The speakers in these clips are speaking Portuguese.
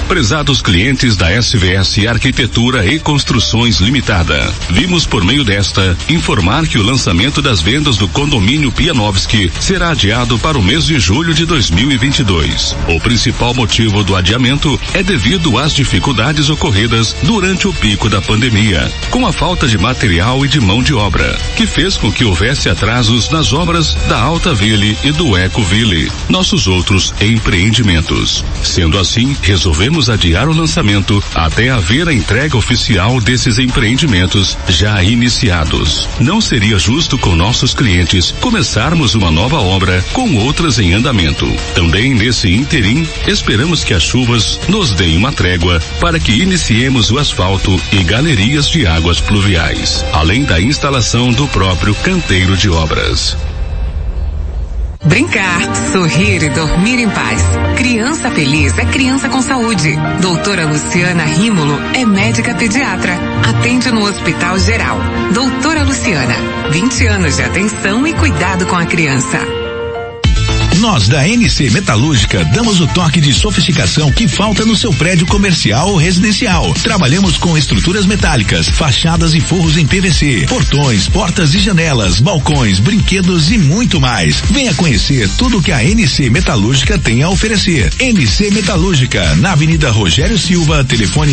Prezados clientes da SVS Arquitetura e Construções Limitada, vimos por meio desta informar que o lançamento das vendas do condomínio Pianovski será adiado para o mês de julho de 2022. O principal motivo do adiamento é devido às dificuldades ocorridas durante o pico da pandemia, com a falta de material e de mão de obra, que fez com que houvesse atrasos nas obras da Altaville e do Ecoville, nossos outros empreendimentos. Sendo assim, resolvemos adiar o lançamento até haver a entrega oficial desses empreendimentos já iniciados. Não seria justo com nossos clientes começarmos uma nova obra com outras em andamento. Também nesse interim, esperamos que as chuvas nos deem uma trégua para que iniciemos o asfalto e galerias de águas pluviais, além da instalação do próprio canteiro de obras. Brincar, sorrir e dormir em paz. Criança feliz é criança com saúde. Doutora Luciana Rímulo é médica pediatra. Atende no Hospital Geral. Doutora Luciana, 20 anos de atenção e cuidado com a criança. Nós da NC Metalúrgica damos o toque de sofisticação que falta no seu prédio comercial ou residencial. Trabalhamos com estruturas metálicas, fachadas e forros em PVC, portões, portas e janelas, balcões, brinquedos e muito mais. Venha conhecer tudo que a NC Metalúrgica tem a oferecer. NC Metalúrgica, na Avenida Rogério Silva, telefone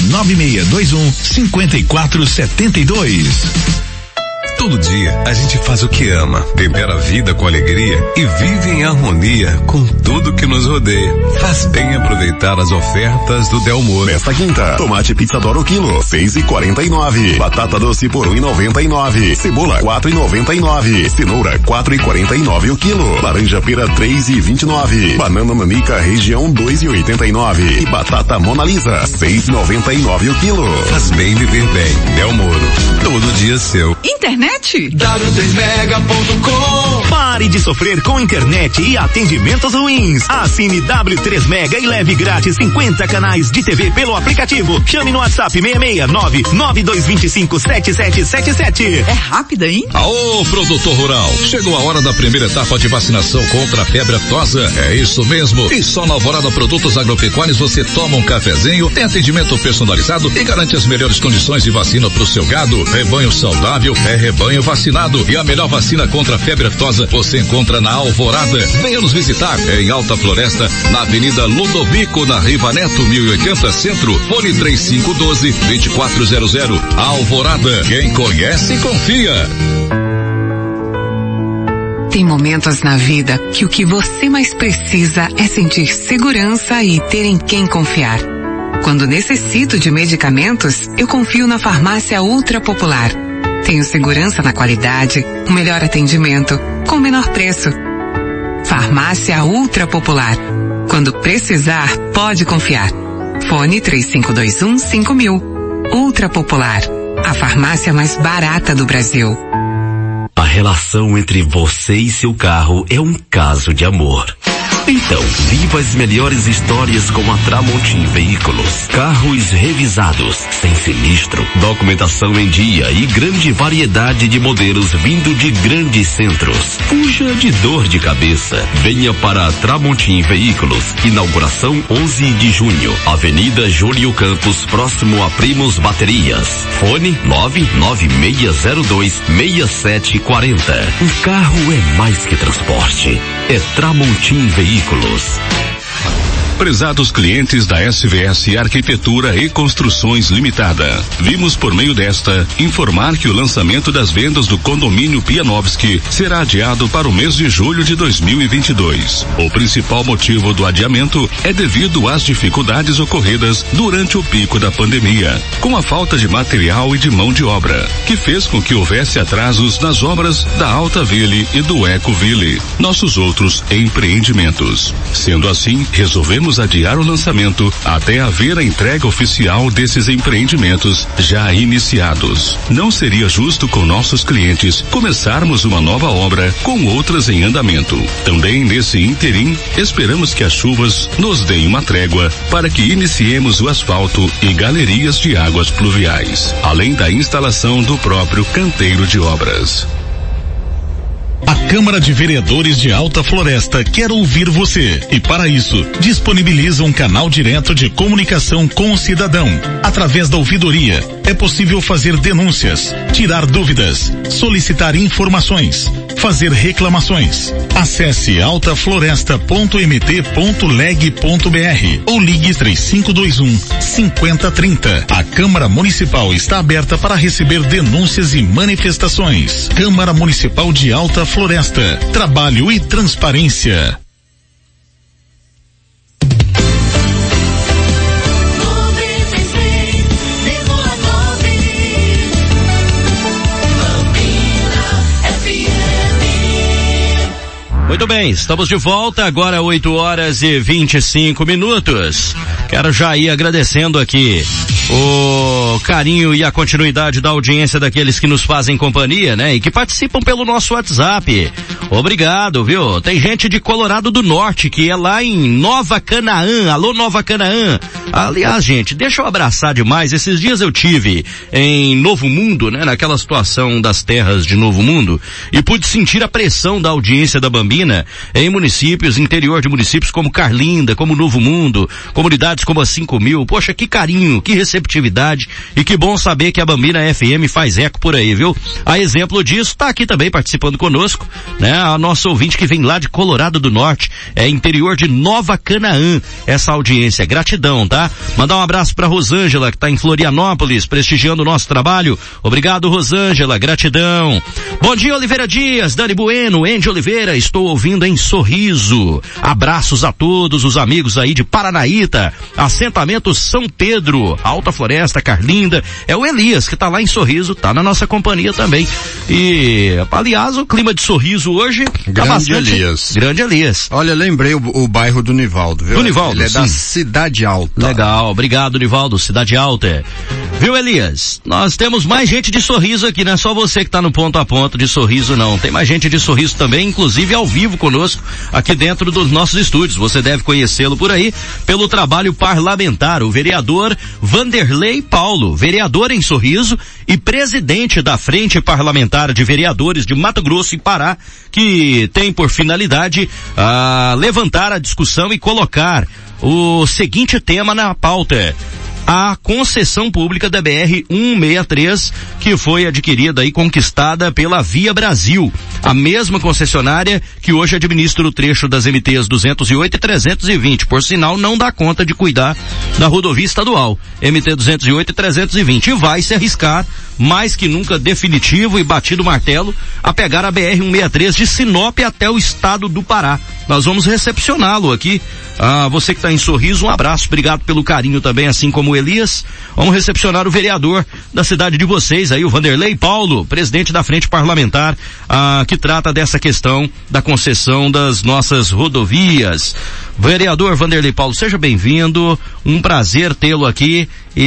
99621-5472. Todo dia a gente faz o que ama, tempera a vida com alegria e vive em harmonia com tudo que nos rodeia. Faz bem aproveitar as ofertas do Del Moro. Nesta quinta, tomate Pizzador o quilo, 6,49. Batata doce por 1,99. Cebola, 4,99. Cenoura, 4,49 o quilo. Laranja pera, 3,29. Banana nanica região, 2,89. E batata Mona Lisa, 6,99 o quilo. Faz bem viver bem. Del Moro, todo dia seu. Internet? W3mega.com. Pare de sofrer com internet e atendimentos ruins. Assine W3 Mega e leve grátis 50 canais de TV pelo aplicativo. Chame no WhatsApp 669-9225-7777. É rápida, hein? Aô, produtor rural. Chegou a hora da primeira etapa de vacinação contra a febre aftosa. É isso mesmo. E só na Alvorada Produtos Agropecuários você toma um cafezinho, tem atendimento personalizado e garante as melhores condições de vacina pro seu gado. Rebanho saudável é rebanho vacinado. E a melhor vacina contra a febre aftosa você encontra na Alvorada. Venha nos visitar em Alta Floresta, na Avenida Ludovico, na Riva Neto, 1080 Centro. Fone 3512-2400. Alvorada. Quem conhece, confia. Tem momentos na vida que o que você mais precisa é sentir segurança e ter em quem confiar. Quando necessito de medicamentos, eu confio na Farmácia Ultra Popular. Tenho segurança na qualidade, o melhor atendimento, com o menor preço. Farmácia Ultra Popular. Quando precisar, pode confiar. Fone 3521-5000. Ultra Popular. A farmácia mais barata do Brasil. A relação entre você e seu carro é um caso de amor. Então, viva as melhores histórias com a Tramontim Veículos. Carros revisados, sem sinistro, documentação em dia e grande variedade de modelos vindo de grandes centros. Fuja de dor de cabeça. Venha para a Tramontim Veículos. Inauguração 11 de junho. Avenida Júlio Campos, próximo a Primos Baterias. Fone 99602-6740. Um carro é mais que transporte. É Tramontim Veículos. Prezados clientes da SVS Arquitetura e Construções Limitada, vimos por meio desta informar que o lançamento das vendas do condomínio Pianovski será adiado para o mês de julho de 2022. O principal motivo do adiamento é devido às dificuldades ocorridas durante o pico da pandemia, com a falta de material e de mão de obra, que fez com que houvesse atrasos nas obras da Altaville e do Ecoville, nossos outros empreendimentos. Sendo assim, resolvemos adiar o lançamento até haver a entrega oficial desses empreendimentos já iniciados. Não seria justo com nossos clientes começarmos uma nova obra com outras em andamento. Também nesse interim, esperamos que as chuvas nos deem uma trégua para que iniciemos o asfalto e galerias de águas pluviais, além da instalação do próprio canteiro de obras. A Câmara de Vereadores de Alta Floresta quer ouvir você e, para isso, disponibiliza um canal direto de comunicação com o cidadão. Através da ouvidoria, é possível fazer denúncias, tirar dúvidas, solicitar informações, fazer reclamações. Acesse altafloresta.mt.leg.br ou ligue 3521-5030. A Câmara Municipal está aberta para receber denúncias e manifestações. Câmara Municipal de Alta Floresta. Trabalho e transparência. Muito bem, estamos de volta, agora 8h25. Quero já ir agradecendo aqui o carinho e a continuidade da audiência daqueles que nos fazem companhia, né? E que participam pelo nosso WhatsApp. Obrigado, viu? Tem gente de Colorado do Norte, que é lá em Nova Canaã. Alô, Nova Canaã. Aliás, gente, deixa eu abraçar demais. Esses dias eu tive em Novo Mundo, né? Naquela situação das terras de Novo Mundo, e pude sentir a pressão da audiência da Bambina em municípios, interior de municípios como Carlinda, como Novo Mundo, comunidades como a 5.000. Poxa, que carinho, que receptividade, e que bom saber que a Bambina FM faz eco por aí, viu? A exemplo disso, tá aqui também participando conosco, né? A nossa ouvinte que vem lá de Colorado do Norte, interior de Nova Canaã, essa audiência. Gratidão, tá? Mandar um abraço pra Rosângela, que tá em Florianópolis, prestigiando o nosso trabalho. Obrigado, Rosângela, gratidão. Bom dia, Oliveira Dias, Dani Bueno, Andy Oliveira, estou ouvindo em Sorriso. Abraços a todos os amigos aí de Paranaíta, assentamento São Pedro, Alta Floresta, Carlinda. É o Elias que tá lá em Sorriso, tá na nossa companhia também. E, aliás, o clima de Sorriso hoje tá bastante... Grande Elias. Olha, lembrei o bairro do Nivaldo, viu? Do Nivaldo, ele é sim. da Cidade Alta. Legal, obrigado, Nivaldo, Cidade Alta. Viu, Elias? Nós temos mais gente de Sorriso aqui, não é só você que tá no ponto a ponto de Sorriso, não. Tem mais gente de Sorriso também, inclusive ao vivo conosco, aqui dentro dos nossos estúdios. Você deve conhecê-lo por aí, pelo trabalho parlamentar, o vereador Vanderlei Paulo, vereador em Sorriso e presidente da Frente Parlamentar de Vereadores de Mato Grosso e Pará, que tem por finalidade levantar a discussão e colocar o seguinte tema na pauta: a concessão pública da BR-163, que foi adquirida e conquistada pela Via Brasil, a mesma concessionária que hoje administra o trecho das MTs 208 e 320, por sinal não dá conta de cuidar da rodovia estadual, MT 208 e 320, e vai se arriscar, mais que nunca definitivo e batido o martelo, a pegar a BR-163 de Sinop até o estado do Pará. Nós vamos recepcioná-lo aqui. Você que está em Sorriso, um abraço, obrigado pelo carinho também, assim como o Elias. Vamos recepcionar o vereador da cidade de vocês aí, o Vanderlei Paulo, presidente da Frente Parlamentar, que trata dessa questão da concessão das nossas rodovias. Vereador Vanderlei Paulo, seja bem-vindo, um prazer tê-lo aqui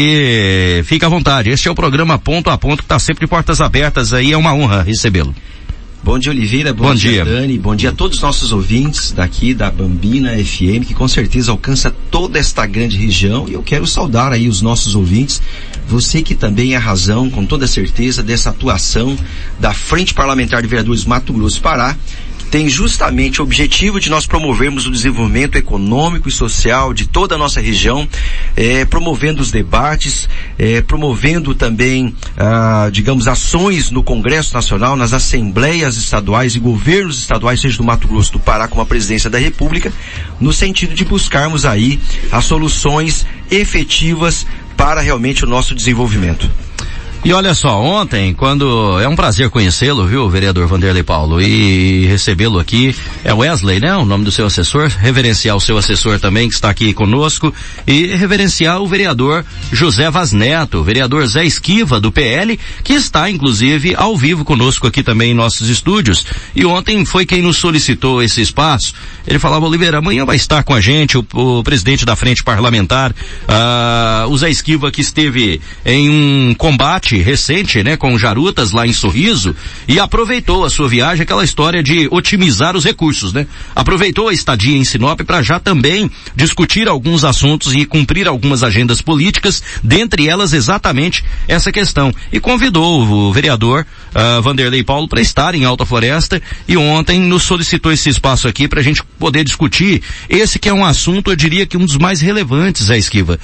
e fique à vontade. Este é o programa Ponto a Ponto, que está sempre de portas abertas aí, é uma honra recebê-lo. Bom dia, Oliveira, bom dia, Dani, bom dia a todos os nossos ouvintes daqui da Bambina FM, que com certeza alcança toda esta grande região, e eu quero saudar aí os nossos ouvintes, você que também é a razão, com toda certeza, dessa atuação da Frente Parlamentar de Vereadores Mato Grosso e Pará, tem justamente o objetivo de nós promovermos o desenvolvimento econômico e social de toda a nossa região, promovendo os debates, promovendo também, digamos, ações no Congresso Nacional, nas assembleias estaduais e governos estaduais, seja do Mato Grosso do Pará, como a Presidência da República, no sentido de buscarmos aí as soluções efetivas para realmente o nosso desenvolvimento. E olha só, ontem, é um prazer conhecê-lo, viu, vereador Vanderlei Paulo, e recebê-lo aqui, é Wesley, né, o nome do seu assessor, reverenciar o seu assessor também, que está aqui conosco, e reverenciar o vereador José Vaz Neto, o vereador Zé Esquiva, do PL, que está, inclusive, ao vivo conosco aqui também em nossos estúdios, e ontem foi quem nos solicitou esse espaço. Ele falava: Oliveira, amanhã vai estar com a gente o presidente da Frente Parlamentar, o Zé Esquiva, que esteve em um combate viagem recente, né, com Jarutas lá em Sorriso e aproveitou a sua viagem, aquela história de otimizar os recursos, né? Aproveitou a estadia em Sinop para já também discutir alguns assuntos e cumprir algumas agendas políticas, dentre elas exatamente essa questão. E convidou o vereador Vanderlei Paulo para estar em Alta Floresta e ontem nos solicitou esse espaço aqui para a gente poder discutir esse que é um assunto, eu diria que um dos mais relevantes, Esquiva,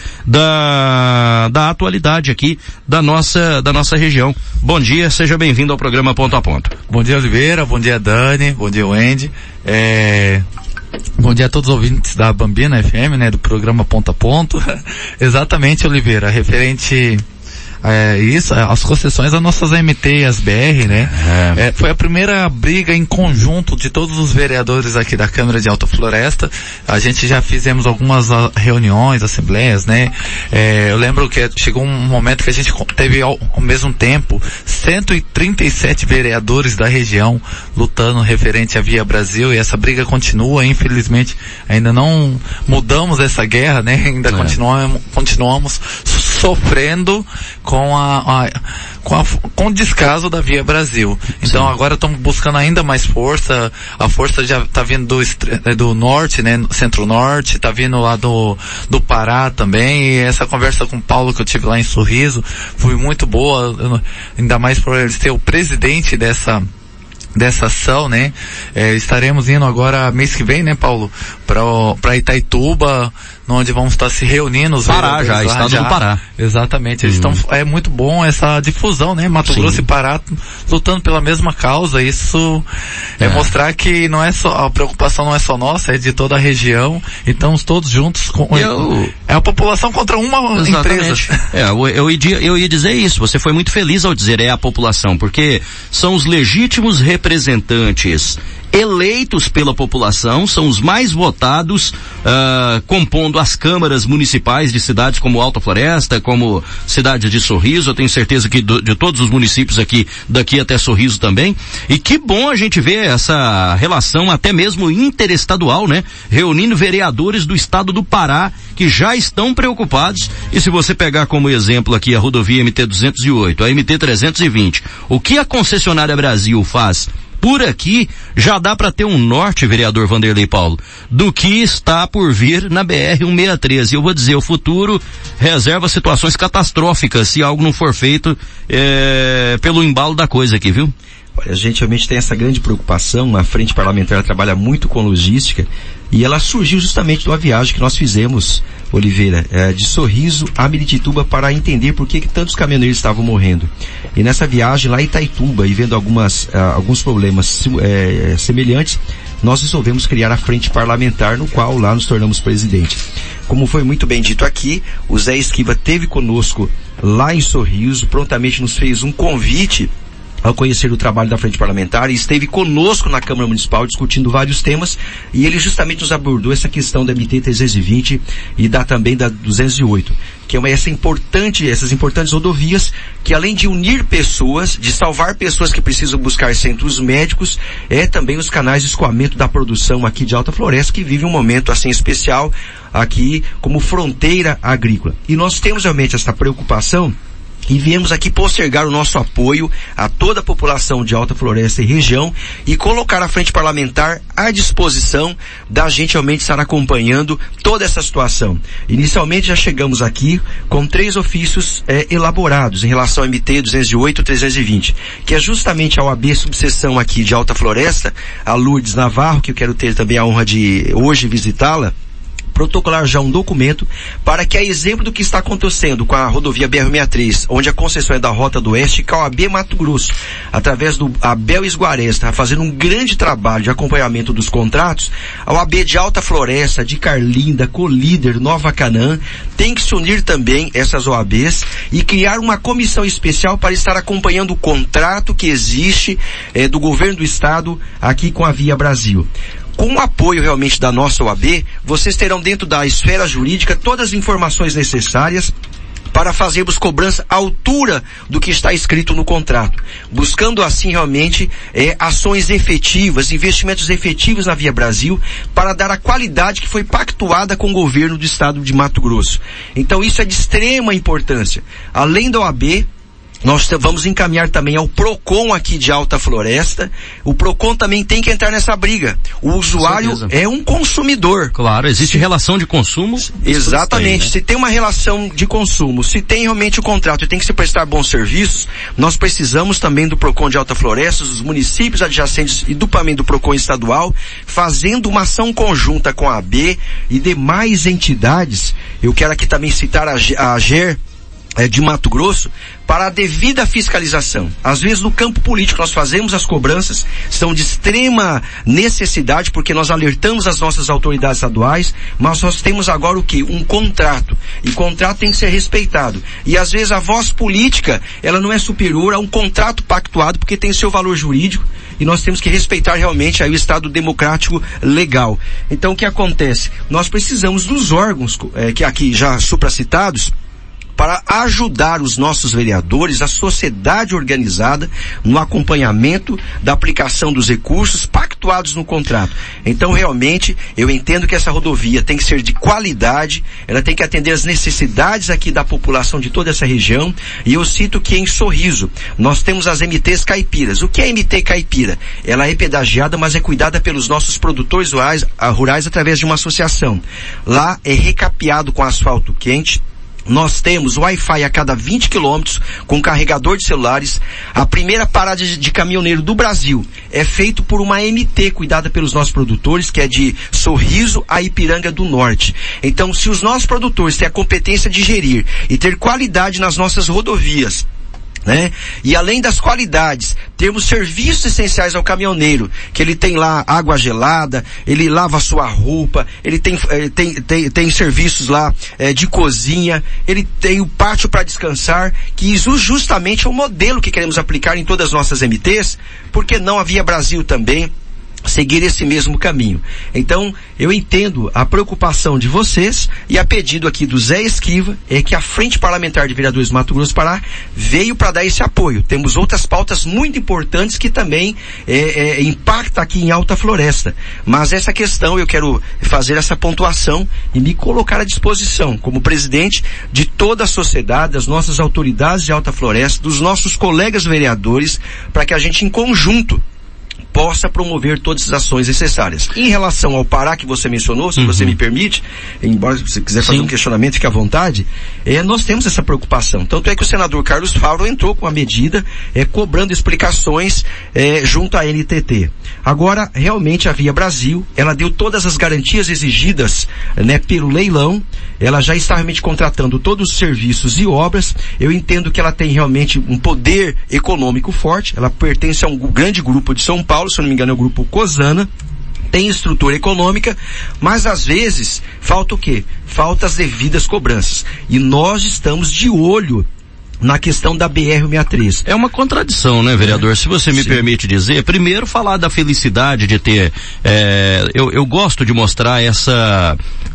da atualidade aqui da nossa região. Bom dia, seja bem-vindo ao programa Ponto a Ponto. Bom dia, Oliveira, bom dia, Dani, bom dia, Wendy. Bom dia a todos os ouvintes da Bambina FM, né, do programa Ponto a Ponto. Exatamente, Oliveira, referente isso, as concessões das nossas MT e as BR, né? Foi a primeira briga em conjunto de todos os vereadores aqui da Câmara de Alta Floresta. A gente já fizemos algumas reuniões, assembleias, né? Eu lembro que chegou um momento que a gente teve ao mesmo tempo 137 vereadores da região lutando referente à Via Brasil, e essa briga continua, infelizmente ainda não mudamos essa guerra, né? Ainda continuamos sofrendo com o descaso da Via Brasil. Então agora estamos buscando ainda mais força. A força já está vindo do norte, né? Centro-norte, está vindo lá do Pará também. E essa conversa com o Paulo que eu tive lá em Sorriso foi muito boa, ainda mais por ele ser o presidente dessa ação, né? Estaremos indo agora mês que vem, né, Paulo, para Itaituba, onde vamos estar se reunindo os Pará já, estado do Pará. Exatamente, eles estão, é muito bom essa difusão, né? Mato Grosso e Pará lutando pela mesma causa. Isso é mostrar que não é só, a preocupação não é só nossa, é de toda a região, e estamos todos juntos é a população contra uma empresa. Eu ia dizer isso, você foi muito feliz ao dizer a população, porque são os legítimos representantes eleitos pela população, são os mais votados, compondo as câmaras municipais de cidades como Alta Floresta, como cidade de Sorriso. Eu tenho certeza que de todos os municípios daqui até Sorriso também. E que bom a gente ver essa relação até mesmo interestadual, né? Reunindo vereadores do estado do Pará que já estão preocupados. E se você pegar como exemplo aqui a rodovia MT-208, a MT-320, o que a concessionária Brasil faz por aqui, já dá para ter um norte, vereador Vanderlei Paulo, do que está por vir na BR-163. E eu vou dizer, o futuro reserva situações catastróficas se algo não for feito pelo embalo da coisa aqui, viu? Olha, a gente realmente tem essa grande preocupação. A frente parlamentar trabalha muito com logística, e ela surgiu justamente de uma viagem que nós fizemos, Oliveira, de Sorriso a Miritituba, para entender por que tantos caminhoneiros estavam morrendo. E nessa viagem lá em Itaituba, e vendo alguns problemas semelhantes, nós resolvemos criar a frente parlamentar, no qual lá nos tornamos presidente. Como foi muito bem dito aqui, o Zé Esquiva esteve conosco lá em Sorriso, prontamente nos fez um convite ao conhecer o trabalho da frente parlamentar, e esteve conosco na Câmara Municipal discutindo vários temas, e ele justamente nos abordou essa questão da MT-320 e também da 208, que é essas importantes rodovias que, além de unir pessoas, de salvar pessoas que precisam buscar centros médicos, também os canais de escoamento da produção aqui de Alta Floresta, que vive um momento assim especial aqui como fronteira agrícola. E nós temos realmente essa preocupação, e viemos aqui postergar o nosso apoio a toda a população de Alta Floresta e região, e colocar a frente parlamentar à disposição da gente realmente estar acompanhando toda essa situação. Inicialmente já chegamos aqui com 3 ofícios elaborados em relação ao MT 208 e 320, que é justamente a OAB subseção aqui de Alta Floresta, a Lourdes Navarro, que eu quero ter também a honra de hoje visitá-la, protocolar já um documento para que, a exemplo do que está acontecendo com a rodovia BR-63, onde a concessão é da Rota do Oeste, que a OAB Mato Grosso, através do Abel Esguarés, está fazendo um grande trabalho de acompanhamento dos contratos, a OAB de Alta Floresta, de Carlinda, Colíder, Nova Canaã, tem que se unir também essas OABs e criar uma comissão especial para estar acompanhando o contrato que existe do governo do estado aqui com a Via Brasil. Com o apoio realmente da nossa OAB, vocês terão dentro da esfera jurídica todas as informações necessárias para fazermos cobrança à altura do que está escrito no contrato, buscando assim realmente ações efetivas, investimentos efetivos na Via Brasil, para dar a qualidade que foi pactuada com o governo do estado de Mato Grosso. Então isso é de extrema importância. Além da OAB, nós vamos encaminhar também ao PROCON aqui de Alta Floresta. O PROCON também tem que entrar nessa briga. O usuário é um consumidor. Claro, existe relação de consumo. Exatamente. Tem, né? Se tem uma relação de consumo, se tem realmente o contrato e tem que se prestar bons serviços, nós precisamos também do PROCON de Alta Floresta, dos municípios adjacentes e também do PROCON estadual, fazendo uma ação conjunta com a AB e demais entidades. Eu quero aqui também citar a AGER, de Mato Grosso, para a devida fiscalização. Às vezes no campo político nós fazemos as cobranças, são de extrema necessidade, porque nós alertamos as nossas autoridades estaduais, mas nós temos agora o quê? Um contrato. E contrato tem que ser respeitado. E às vezes a voz política, ela não é superior a um contrato pactuado, porque tem seu valor jurídico, e nós temos que respeitar realmente aí o Estado democrático legal. Então o que acontece? Nós precisamos dos órgãos, que aqui já supracitados, para ajudar os nossos vereadores, a sociedade organizada, no acompanhamento da aplicação dos recursos pactuados no contrato. Então, realmente, eu entendo que essa rodovia tem que ser de qualidade, ela tem que atender as necessidades aqui da população de toda essa região, e eu cito que em Sorriso, nós temos as MTs caipiras. O que é MT caipira? Ela é pedagiada, mas é cuidada pelos nossos produtores rurais através de uma associação. Lá é recapeado com asfalto quente. Nós temos Wi-Fi a cada 20 quilômetros com carregador de celulares. A primeira parada de caminhoneiro do Brasil é feito por uma MT cuidada pelos nossos produtores, que é de Sorriso a Ipiranga do Norte. Então, se os nossos produtores têm a competência de gerir e ter qualidade nas nossas rodovias, né? E além das qualidades, temos serviços essenciais ao caminhoneiro, que ele tem lá água gelada, ele lava a sua roupa, ele tem serviços lá de cozinha, ele tem o pátio para descansar, que isso justamente é o modelo que queremos aplicar em todas as nossas MTs, porque não a Via Brasil também seguir esse mesmo caminho. Então, eu entendo a preocupação de vocês, e a pedido aqui do Zé Esquiva, é que a Frente Parlamentar de Vereadores Mato Grosso do Pará veio para dar esse apoio. Temos outras pautas muito importantes que também impacta aqui em Alta Floresta. Mas essa questão, eu quero fazer essa pontuação e me colocar à disposição, como presidente de toda a sociedade, das nossas autoridades de Alta Floresta, dos nossos colegas vereadores, para que a gente, em conjunto, possa promover todas as ações necessárias. Em relação ao Pará, que você mencionou, se você me permite, embora você quiser fazer um questionamento, fique à vontade, nós temos essa preocupação. Tanto é que o senador Carlos Fávaro entrou com a medida, cobrando explicações junto à NTT. Agora, realmente, a Via Brasil, ela deu todas as garantias exigidas, né, pelo leilão. Ela já está realmente contratando todos os serviços e obras. Eu entendo que ela tem realmente um poder econômico forte. Ela pertence a um grande grupo de São Paulo, se eu não me engano é o grupo Cosana. Tem estrutura econômica, mas às vezes falta o quê? Falta as devidas cobranças. E nós estamos de olho na questão da BR-163. É uma contradição, né, vereador? Se você me permite dizer, primeiro falar da felicidade de ter, eu gosto de mostrar essa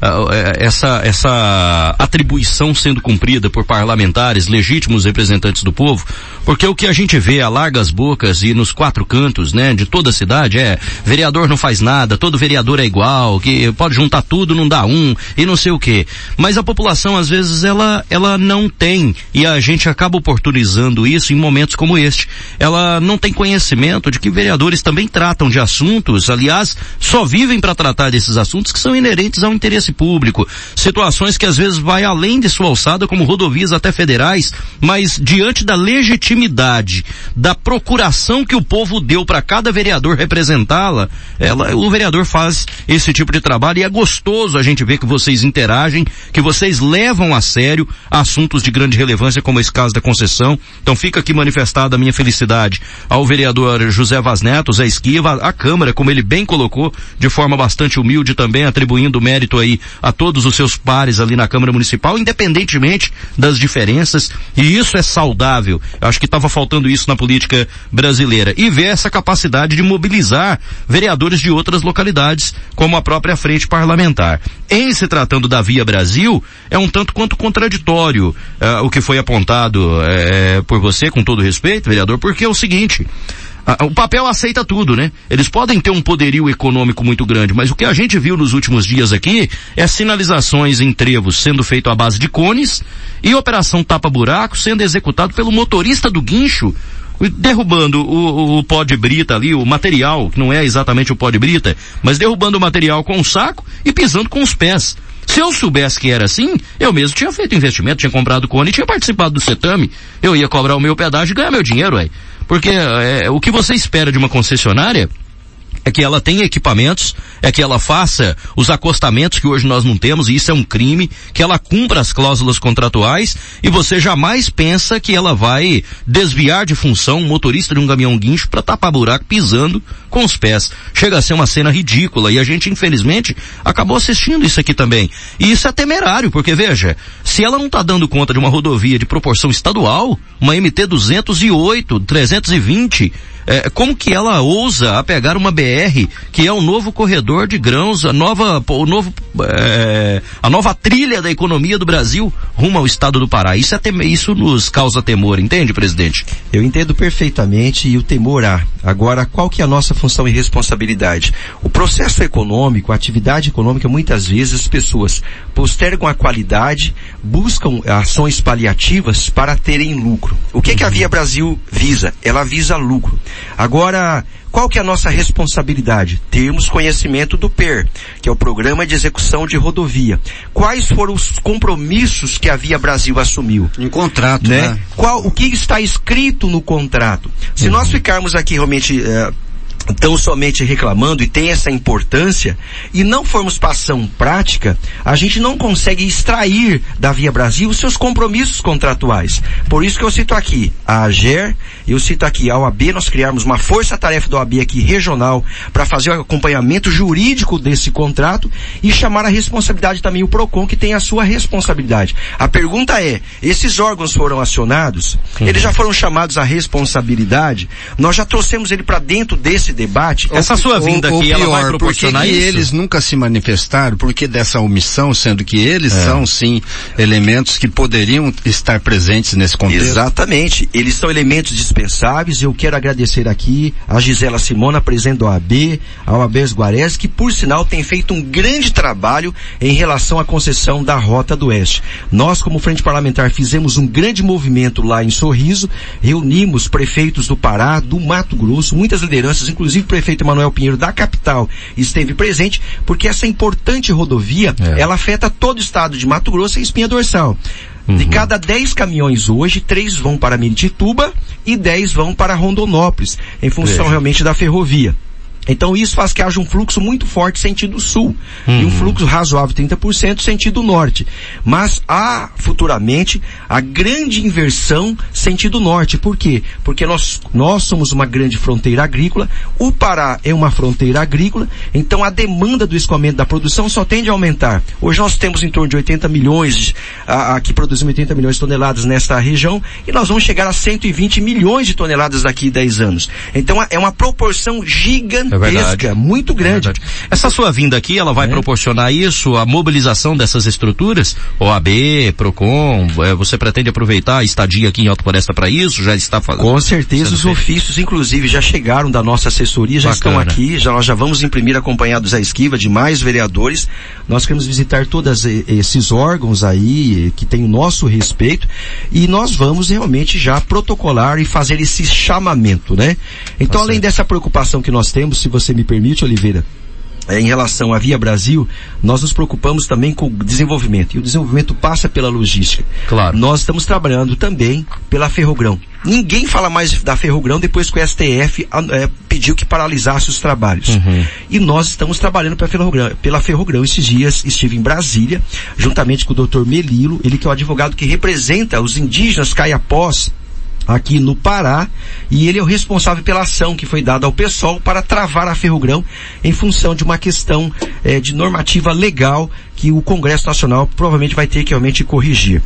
atribuição sendo cumprida por parlamentares, legítimos representantes do povo, porque o que a gente vê a largas bocas e nos quatro cantos, né, de toda a cidade vereador não faz nada, todo vereador é igual, que pode juntar tudo, não dá e não sei o quê. Mas a população, às vezes, ela não tem, e a gente acaba oportunizando isso em momentos como este. Ela não tem conhecimento de que vereadores também tratam de assuntos, aliás, só vivem para tratar desses assuntos que são inerentes ao interesse público. Situações que às vezes vai além de sua alçada, como rodovias até federais, mas diante da legitimidade, da procuração que o povo deu para cada vereador representá-la, o vereador faz esse tipo de trabalho, e é gostoso a gente ver que vocês interagem, que vocês levam a sério assuntos de grande relevância, como esse caso da concessão. Então fica aqui manifestada a minha felicidade ao vereador José Vaz Neto, Zé Esquiva, a Câmara, como ele bem colocou, de forma bastante humilde também, atribuindo mérito aí a todos os seus pares ali na Câmara Municipal, independentemente das diferenças, e isso é saudável. Acho que estava faltando isso na política brasileira, e ver essa capacidade de mobilizar vereadores de outras localidades, como a própria Frente Parlamentar. Em se tratando da Via Brasil, é um tanto quanto contraditório o que foi apontado por você, com todo respeito, vereador, porque é o seguinte: O papel aceita tudo, né? Eles podem ter um poderio econômico muito grande, mas o que a gente viu nos últimos dias aqui é sinalizações em trevos sendo feito à base de cones e operação tapa-buraco sendo executado pelo motorista do guincho, derrubando o pó de brita ali, o material, que não é exatamente o pó de brita, mas derrubando o material com o saco e pisando com os pés. Se eu soubesse que era assim, eu mesmo tinha feito investimento, tinha comprado cone e tinha participado do Cetame. Eu ia cobrar o meu pedágio e ganhar meu dinheiro, ué. Porque o que você espera de uma concessionária é que ela tenha equipamentos, é que ela faça os acostamentos que hoje nós não temos, e isso é um crime, que ela cumpra as cláusulas contratuais, e você jamais pensa que ela vai desviar de função um motorista de um caminhão guincho para tapar buraco pisando com os pés. Chega a ser uma cena ridícula, e a gente infelizmente acabou assistindo isso aqui também. E isso é temerário, porque veja, se ela não está dando conta de uma rodovia de proporção estadual, uma MT-208, 320, como que ela ousa a pegar uma BR, que é o novo corredor de grãos, a nova trilha da economia do Brasil rumo ao estado do Pará? Isso nos causa temor, entende, presidente? Eu entendo perfeitamente, e o temor há. Agora, qual que é a nossa função e responsabilidade? O processo econômico, a atividade econômica, muitas vezes as pessoas postergam a qualidade, buscam ações paliativas para terem lucro. O que a Via Brasil visa? Ela visa lucro. Agora, qual que é a nossa responsabilidade? Termos conhecimento do PER, que é o Programa de Execução de Rodovia. Quais foram os compromissos que a Via Brasil assumiu? Em contrato, né? O que está escrito no contrato? Se nós ficarmos aqui realmente tão somente reclamando, e tem essa importância, e não formos para ação prática, a gente não consegue extrair da Via Brasil os seus compromissos contratuais. Por isso que eu cito aqui a AGER, eu cito aqui a OAB, nós criarmos uma força-tarefa da OAB aqui regional para fazer o acompanhamento jurídico desse contrato e chamar a responsabilidade também o PROCON, que tem a sua responsabilidade. A pergunta é, esses órgãos foram acionados? Eles já foram chamados à responsabilidade? Nós já trouxemos ele para dentro desse debate? Essa sua vinda aqui, ela vai proporcionar isso? Eles nunca se manifestaram, porque dessa omissão, sendo que eles são sim elementos que poderiam estar presentes nesse contexto? Exatamente, eles são elementos dispensáveis. Eu quero agradecer aqui a Gisela Simona, presidente da OAB, ao Abel Guares, que por sinal tem feito um grande trabalho em relação à concessão da Rota do Oeste. Nós, como Frente Parlamentar, fizemos um grande movimento lá em Sorriso, reunimos prefeitos do Pará, do Mato Grosso, muitas lideranças, inclusive o prefeito Emanuel Pinheiro da capital esteve presente, porque essa importante rodovia, ela afeta todo o estado de Mato Grosso e espinha dorsal. De cada 10 caminhões hoje, 3 vão para Miritituba e 10 vão para Rondonópolis, em função realmente da ferrovia. Então isso faz que haja um fluxo muito forte sentido sul, e um fluxo razoável 30% sentido norte. Mas há futuramente a grande inversão sentido norte. Por quê? Porque nós somos uma grande fronteira agrícola, o Pará é uma fronteira agrícola, então a demanda do escoamento da produção só tende a aumentar. Hoje nós temos em torno de 80 milhões, aqui produzimos 80 milhões de toneladas nesta região, e nós vamos chegar a 120 milhões de toneladas daqui a 10 anos. Então é uma proporção gigantesca. Muito grande. Essa sua vinda aqui, ela vai proporcionar isso, a mobilização dessas estruturas? OAB, PROCON, você pretende aproveitar a estadia aqui em Alto Floresta para isso? Já está fazendo? Com certeza, os ofícios, inclusive, já chegaram da nossa assessoria, já estão aqui, nós já vamos imprimir acompanhados à esquiva de mais vereadores. Nós queremos visitar todos esses órgãos aí, que tem o nosso respeito, e nós vamos realmente já protocolar e fazer esse chamamento, né? Então, além dessa preocupação que nós temos, se você me permite, Oliveira, em relação à Via Brasil, nós nos preocupamos também com o desenvolvimento, e o desenvolvimento passa pela logística. Claro. Nós estamos trabalhando também pela Ferrogrão. Ninguém fala mais da Ferrogrão depois que o STF pediu que paralisasse os trabalhos. E nós estamos trabalhando pela Ferrogrão. Esses dias estive em Brasília, juntamente com o Dr. Melilo, ele que é o advogado que representa os indígenas caiapós aqui no Pará, e ele é o responsável pela ação que foi dada ao PSOL para travar a Ferrogrão em função de uma questão de normativa legal que o Congresso Nacional provavelmente vai ter que realmente corrigir.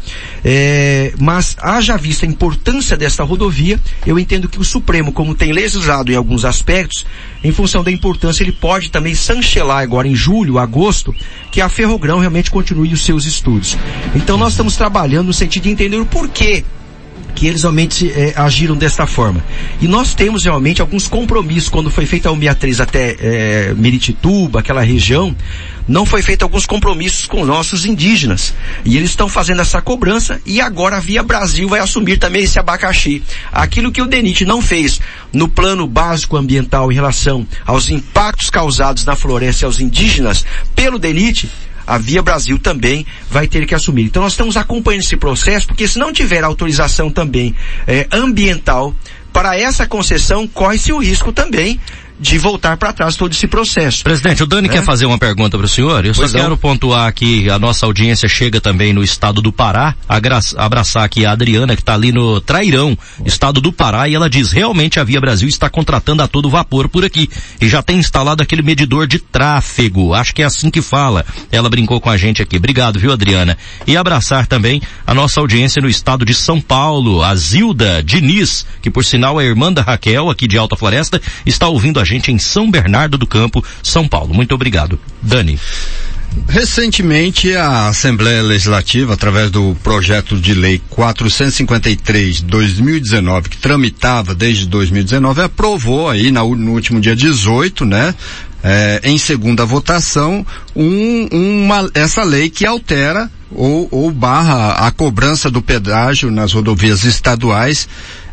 Mas, haja vista a importância desta rodovia, eu entendo que o Supremo, como tem legislado em alguns aspectos, em função da importância, ele pode também chancelar agora em julho, agosto, que a Ferrogrão realmente continue os seus estudos. Então nós estamos trabalhando no sentido de entender o porquê que eles realmente agiram desta forma. E nós temos realmente alguns compromissos. Quando foi feita a 163 até Miritituba, aquela região, não foi feito alguns compromissos com nossos indígenas. E eles estão fazendo essa cobrança, e agora a Via Brasil vai assumir também esse abacaxi. Aquilo que o DENIT não fez no plano básico ambiental em relação aos impactos causados na floresta e aos indígenas pelo DENIT, a Via Brasil também vai ter que assumir. Então nós estamos acompanhando esse processo, porque se não tiver autorização também ambiental para essa concessão, corre-se o risco também de voltar para trás todo esse processo. Presidente, o Dani quer fazer uma pergunta para o senhor. Eu só quero pontuar que a nossa audiência chega também no estado do Pará, abraçar aqui a Adriana, que está ali no Trairão, estado do Pará, e ela diz, realmente a Via Brasil está contratando a todo vapor por aqui, e já tem instalado aquele medidor de tráfego, acho que é assim que fala. Ela brincou com a gente aqui. Obrigado, viu, Adriana? E abraçar também a nossa audiência no estado de São Paulo, a Zilda Diniz, que por sinal é irmã da Raquel, aqui de Alta Floresta, está ouvindo a gente em São Bernardo do Campo, São Paulo. Muito obrigado. Dani. Recentemente, a Assembleia Legislativa, através do projeto de lei 453/2019, que tramitava desde 2019, aprovou aí no último dia 18, né? Em segunda votação, essa lei que altera ou barra a cobrança do pedágio nas rodovias estaduais,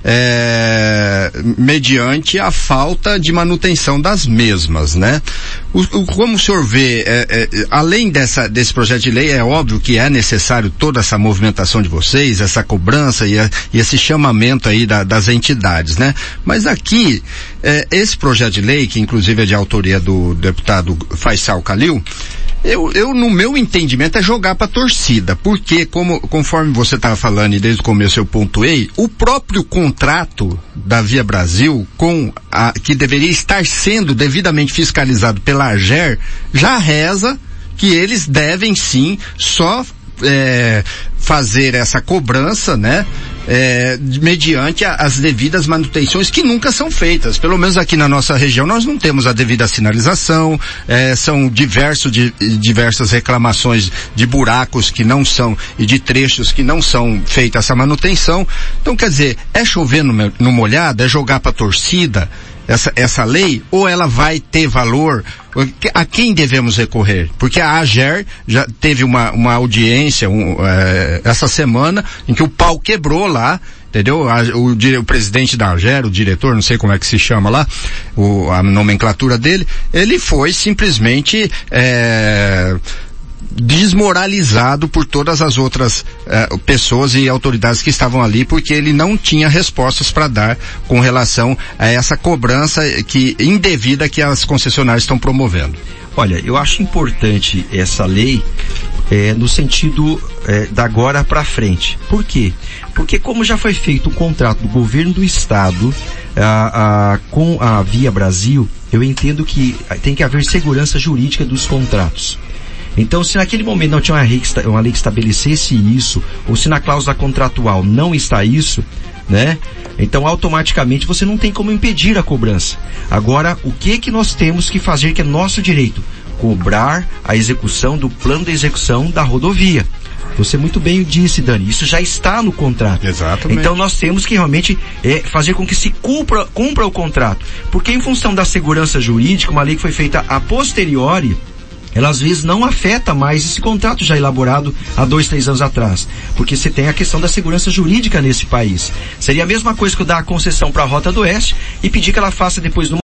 mediante a falta de manutenção das mesmas, né? Como o senhor vê, além desse projeto de lei, é óbvio que é necessário toda essa movimentação de vocês, essa cobrança e esse chamamento aí das entidades, né? Mas aqui, esse projeto de lei, que inclusive é de autoria do deputado Faisal Khalil, eu no meu entendimento é jogar para a torcida, porque conforme você estava falando e desde o começo eu pontuei, o próprio contrato da Via Brasil que deveria estar sendo devidamente fiscalizado pela AGER já reza que eles devem sim só fazer essa cobrança, né? Mediante as devidas manutenções que nunca são feitas. Pelo menos aqui na nossa região nós não temos a devida sinalização, são diversas reclamações de buracos que não são, e de trechos que não são feita essa manutenção. Então, quer dizer, é chover no molhado, é jogar para a torcida essa lei, ou ela vai ter valor? A quem devemos recorrer? Porque a AGER já teve uma audiência essa semana em que o pau quebrou lá, entendeu? O presidente da AGER, o diretor, não sei como é que se chama lá, a nomenclatura dele, ele foi simplesmente desmoralizado por todas as outras pessoas e autoridades que estavam ali, porque ele não tinha respostas para dar com relação a essa cobrança indevida que as concessionárias estão promovendo. Olha, eu acho importante essa lei no sentido da agora para frente. Por quê? Porque como já foi feito um contrato do governo do estado com a Via Brasil, eu entendo que tem que haver segurança jurídica dos contratos. Então, se naquele momento não tinha uma lei que estabelecesse isso, ou se na cláusula contratual não está isso, né? Então, automaticamente, você não tem como impedir a cobrança. Agora, o que nós temos que fazer, que é nosso direito? Cobrar a execução do plano de execução da rodovia. Você muito bem disse, Dani, isso já está no contrato. Exatamente. Então nós temos que realmente fazer com que se cumpra o contrato. Porque em função da segurança jurídica, uma lei que foi feita a posteriori, ela às vezes não afeta mais esse contrato já elaborado há 2, 3 anos atrás. Porque você tem a questão da segurança jurídica nesse país. Seria a mesma coisa que eu dar a concessão para a Rota do Oeste e pedir que ela faça depois